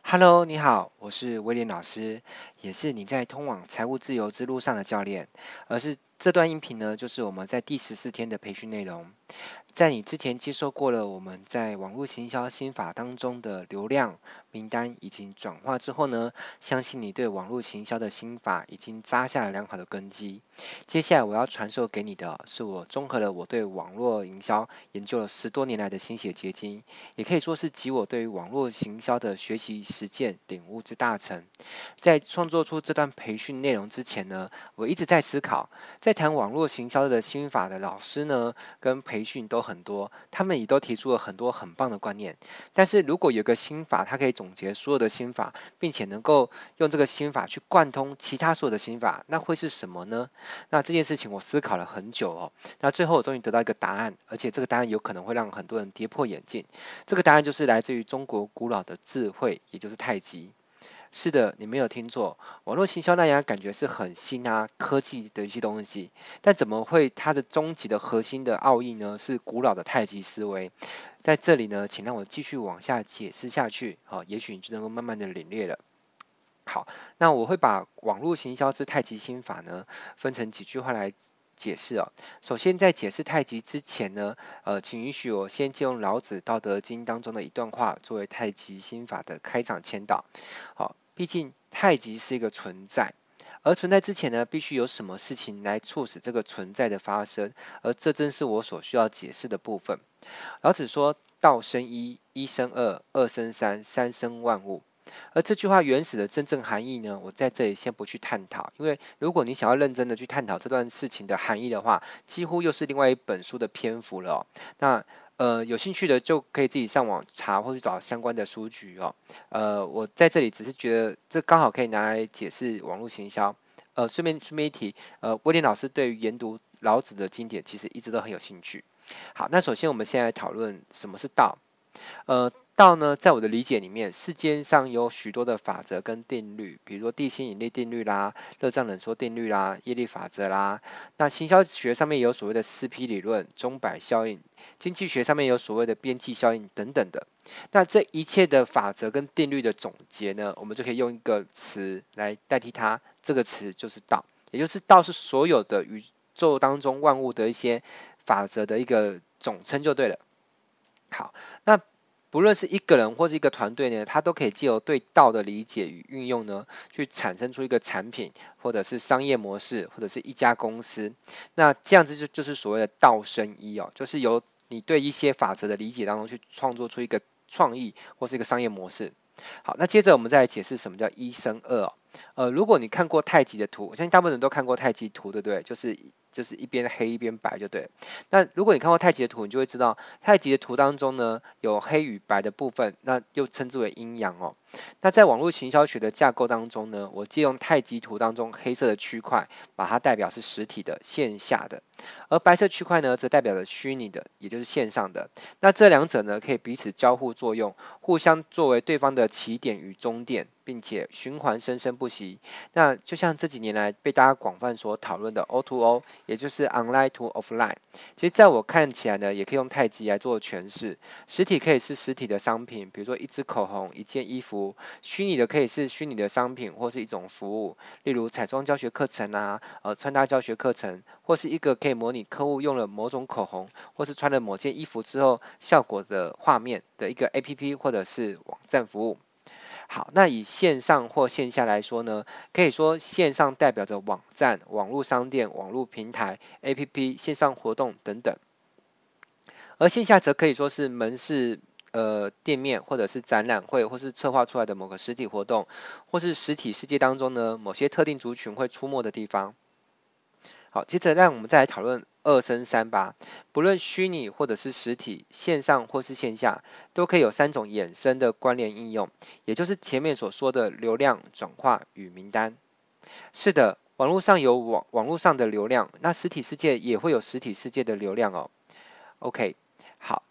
Hello，你好，我是威廉老师，也是你在通往财务自由之路上的教练。这段音频呢，就是我们在第14天的培训内容。在你之前接受过了我们在网络行销心法当中的流量、名单以及转化之后呢，相信你对网络行销的心法已经扎下了良好的根基。接下来我要传授给你的是我综合了我对网络营销研究了10多年来的心血结晶，也可以说是集我对于网络行销的学习实践领悟之大成。在创作出这段培训内容之前呢，我一直在思考，在谈网络行销的心法的老师呢，跟培训都很多，他们也都提出了很多很棒的观念。但是如果有个心法，它可以总结所有的心法，并且能够用这个心法去贯通其他所有的心法，那会是什么呢？那这件事情我思考了很久哦，那最后我终于得到一个答案，而且这个答案有可能会让很多人跌破眼镜。这个答案就是来自于中国古老的智慧，也就是太极。是的，你没有听错，网络行销那样感觉是很新啊，科技的一些东西，但怎么会它的终极的核心的奥义呢？是古老的太极思维。在这里呢，请让我继续往下解释下去，好，也许你就能够慢慢的领略了。好，那我会把网络行销之太极心法呢，分成几句话来解释哦。首先，在解释太极之前呢，请允许我先借用老子《道德经》当中的一段话作为太极心法的开场签导。好，毕竟太极是一个存在，而存在之前呢，必须有什么事情来促使这个存在的发生，而这正是我所需要解释的部分。老子说：道生一，一生二，二生三，三生万物。而这句话原始的真正含义呢，我在这里先不去探讨，因为如果你想要认真的去探讨这段事情的含义的话，几乎又是另外一本书的篇幅了哦。那有兴趣的就可以自己上网查或去找相关的书籍哦。我在这里只是觉得这刚好可以拿来解释网络行销。顺便一提，威廉老师对于研读老子的经典其实一直都很有兴趣。好，那首先我们现在讨论什么是道。道呢，在我的理解里面，世间上有许多的法则跟定律，比如说地心引力定律啦、热胀冷缩定律啦、业力法则啦。那行销学上面有所谓的4P 理论、钟摆效应，经济学上面有所谓的边际效应等等的。那这一切的法则跟定律的总结呢，我们就可以用一个词来代替它，这个词就是道，也就是道是所有的宇宙当中万物的一些法则的一个总称就对了。好，那不论是一个人或是一个团队呢，他都可以借由对道的理解与运用呢，去产生出一个产品，或者是商业模式，或者是一家公司。那这样子就是所谓的道生一哦，就是由你对一些法则的理解当中去创作出一个创意或是一个商业模式。好，那接着我们再来解释什么叫一生二哦。如果你看过太极的图，我相信大部分人都看过太极图，对不对？就是一边黑一边白就对了。那如果你看过太极的图，你就会知道太极的图当中呢，有黑与白的部分，那又称之为阴阳哦。那在网络行销学的架构当中呢，我借用太极图当中黑色的区块，把它代表是实体的线下的，而白色区块呢，则代表了虚拟的，也就是线上的。那这两者呢，可以彼此交互作用，互相作为对方的起点与终点，并且循环生生不息。那就像这几年来被大家广泛所讨论的 O2O，也就是 Online to Offline。其实在我看起来呢，也可以用太极来做诠释。实体可以是实体的商品，比如说一支口红、一件衣服；虚拟的可以是虚拟的商品或是一种服务，例如彩妆教学课程啊，穿搭教学课程，或是一个可以模拟客户用了某种口红，或是穿了某件衣服之后效果的画面的一个 APP 或者是网站服务。好，那以线上或线下来说呢，可以说线上代表着网站、网络商店、网络平台、APP、线上活动等等，而线下则可以说是门市。店面或者是展览会，或是策划出来的某个实体活动，或是实体世界当中呢某些特定族群会出没的地方。好，接着让我们再来讨论二升三吧。不论虚拟或者是实体，线上或是线下，都可以有3种衍生的关联应用，也就是前面所说的流量转化与名单。是的，网络上有网络上的流量，那实体世界也会有实体世界的流量哦。OK，好，那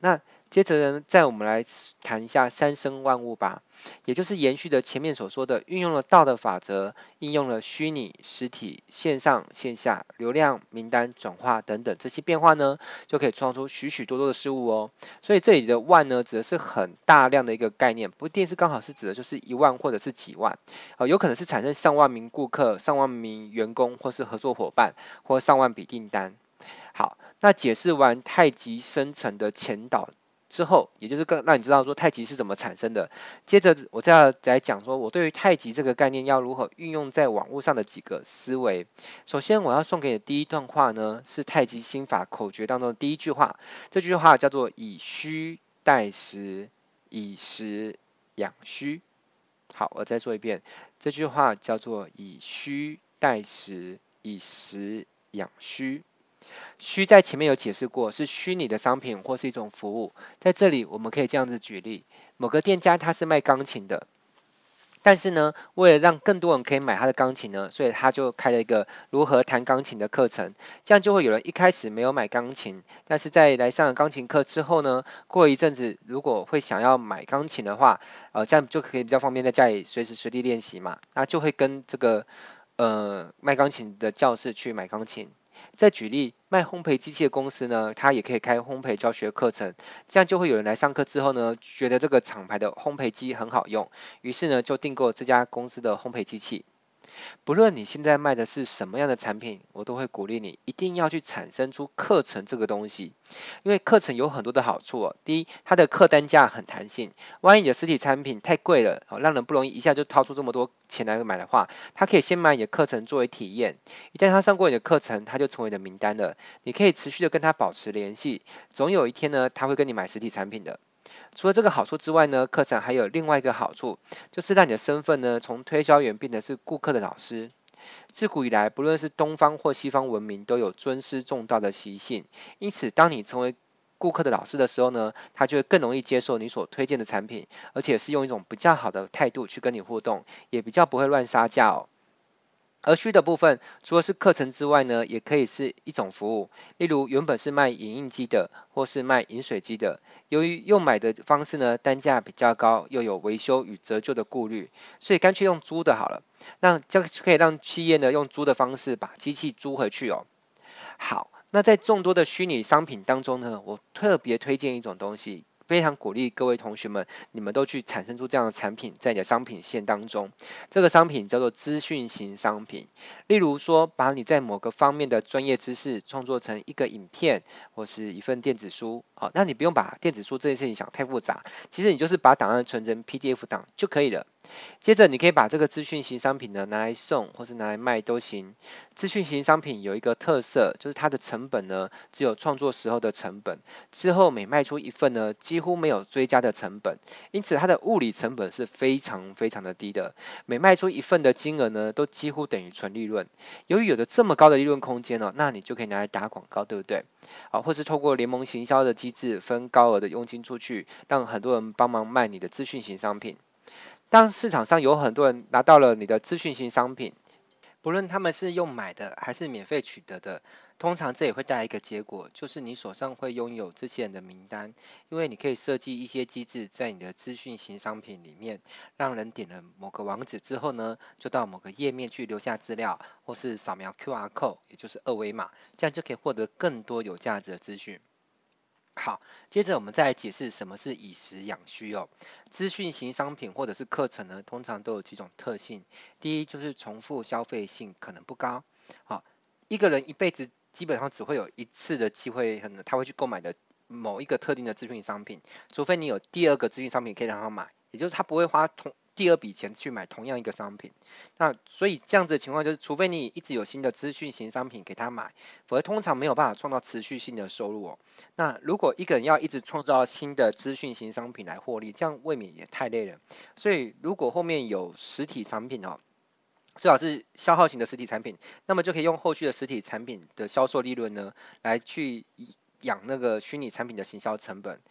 接着呢，再我们来谈一下三生万物吧，也就是延续的前面所说的，运用了道的法则，应用了虚拟、实体、线上、线下、流量、名单、转化等等这些变化呢，就可以创造出许许多多的事物哦。所以这里的万呢，指的是很大量的一个概念，不一定是刚好是指的就是1万或者是几万，有可能是产生上万名顾客、上万名员工或是合作伙伴，或上万笔订单。好，那解释完太极生成的前导之后，也就是让你知道说太极是怎么产生的。接着我再要来讲说，我对于太极这个概念要如何运用在网络上的几个思维。首先，我要送给你的第一段话呢，是太极心法口诀当中的第一句话。这句话叫做以虚代实，以实养虚。好，我再说一遍，这句话叫做以虚代实，以实养虚。虚在前面有解释过，是虚拟的商品或是一种服务。在这里我们可以这样子举例，某个店家他是卖钢琴的，但是呢，为了让更多人可以买他的钢琴呢，所以他就开了一个如何弹钢琴的课程。这样就会有人一开始没有买钢琴，但是在来上了钢琴课之后呢，过一阵子如果会想要买钢琴的话，这样就可以比较方便在家里随时随地练习嘛，那就会跟这个卖钢琴的教室去买钢琴。再举例，卖烘焙机器的公司呢，它也可以开烘焙教学课程，这样就会有人来上课之后呢，觉得这个厂牌的烘焙机很好用，于是呢就订购这家公司的烘焙机器。不论你现在卖的是什么样的产品，我都会鼓励你一定要去产生出课程这个东西，因为课程有很多的好处哦。第一，它的客单价很弹性，万一你的实体产品太贵了，让人不容易一下就掏出这么多钱来买的话，他可以先买你的课程作为体验，一旦他上过你的课程，他就成为你的名单了，你可以持续的跟他保持联系，总有一天呢，他会跟你买实体产品的。除了这个好处之外呢，课程还有另外一个好处，就是让你的身份呢从推销员变成是顾客的老师。自古以来，不论是东方或西方文明，都有尊师重道的习性。因此，当你成为顾客的老师的时候呢，他就会更容易接受你所推荐的产品，而且是用一种比较好的态度去跟你互动，也比较不会乱杀价哦。而虚的部分，除了是课程之外呢，也可以是一种服务。例如，原本是卖影印机的，或是卖饮水机的，由于用买的方式呢，单价比较高，又有维修与折旧的顾虑，所以干脆用租的好了。那这样可以让企业呢用租的方式把机器租回去哦。好，那在众多的虚拟商品当中呢，我特别推荐一种东西，非常鼓励各位同学们，你们都去产生出这样的产品，在你的商品线当中。这个商品叫做资讯型商品，例如说，把你在某个方面的专业知识创作成一个影片或是一份电子书。好，那你不用把电子书这件事情想太复杂，其实你就是把档案存成 PDF 档就可以了。接着你可以把这个资讯型商品呢拿来送或是拿来卖都行。资讯型商品有一个特色，就是它的成本呢只有创作时候的成本，之后每卖出一份呢几乎没有追加的成本，因此它的物理成本是非常非常的低的。每卖出一份的金额呢都几乎等于纯利润。由于有着这么高的利润空间哦，那你就可以拿来打广告，对不对？好，或是透过联盟行销的机制分高额的佣金出去，让很多人帮忙卖你的资讯型商品。当市场上有很多人拿到了你的资讯型商品，不论他们是用买的还是免费取得的，通常这也会带来一个结果，就是你手上会拥有这些人的名单，因为你可以设计一些机制在你的资讯型商品里面，让人点了某个网址之后呢，就到某个页面去留下资料，或是扫描 QR code，也就是二维码，这样就可以获得更多有价值的资讯。好，接着我们再来解释什么是以实养虚哦。资讯型商品或者是课程呢，通常都有几种特性。第一就是重复消费性可能不高。好，一个人一辈子基本上只会有一次的机会，可能他会去购买的某一个特定的资讯商品，除非你有第二个资讯商品可以让他买，也就是他不会花第二笔钱去买同样一个商品。那所以这样子的情况就是，除非你一直有新的资讯型商品给他买，否则通常没有办法创造持续性的收入哦。那如果一个人要一直创造新的资讯型商品来获利，这样未免也太累了。所以如果后面有实体产品哦，最好是消耗型的实体产品，那么就可以用后续的实体产品的销售利润呢，来去养那个虚拟产品的行销成本。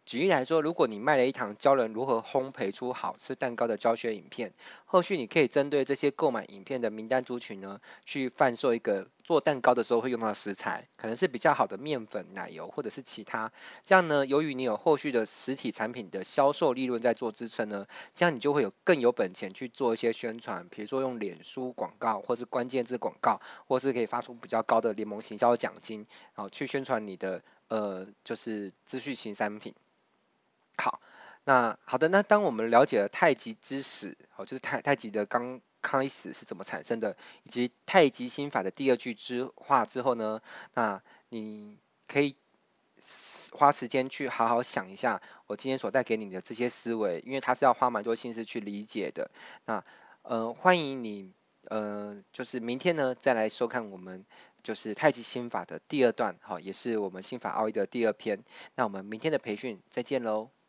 举例来说，如果你卖了一堂教人如何烘焙出好吃蛋糕的教学影片，后续你可以针对这些购买影片的名单族群呢，去贩售一个做蛋糕的时候会用到的食材，可能是比较好的面粉、奶油或者是其他。这样呢，由于你有后续的实体产品的销售利润在做支撑呢，这样你就会有更有本钱去做一些宣传，比如说用脸书广告或是关键字广告，或是可以发出比较高的联盟行销奖金，去宣传你的就是资讯型商品。好，那好的，那当我们了解了太极之始，就是太极的刚开始是怎么产生的，以及太极心法的第二句之话之后呢，那你可以花时间去好好想一下我今天所带给你的这些思维，因为它是要花蛮多心思去理解的。那欢迎你就是明天呢再来收看我们就是太极心法的第二段，好，也是我们心法奥义的第二篇。那我们明天的培训再见喽。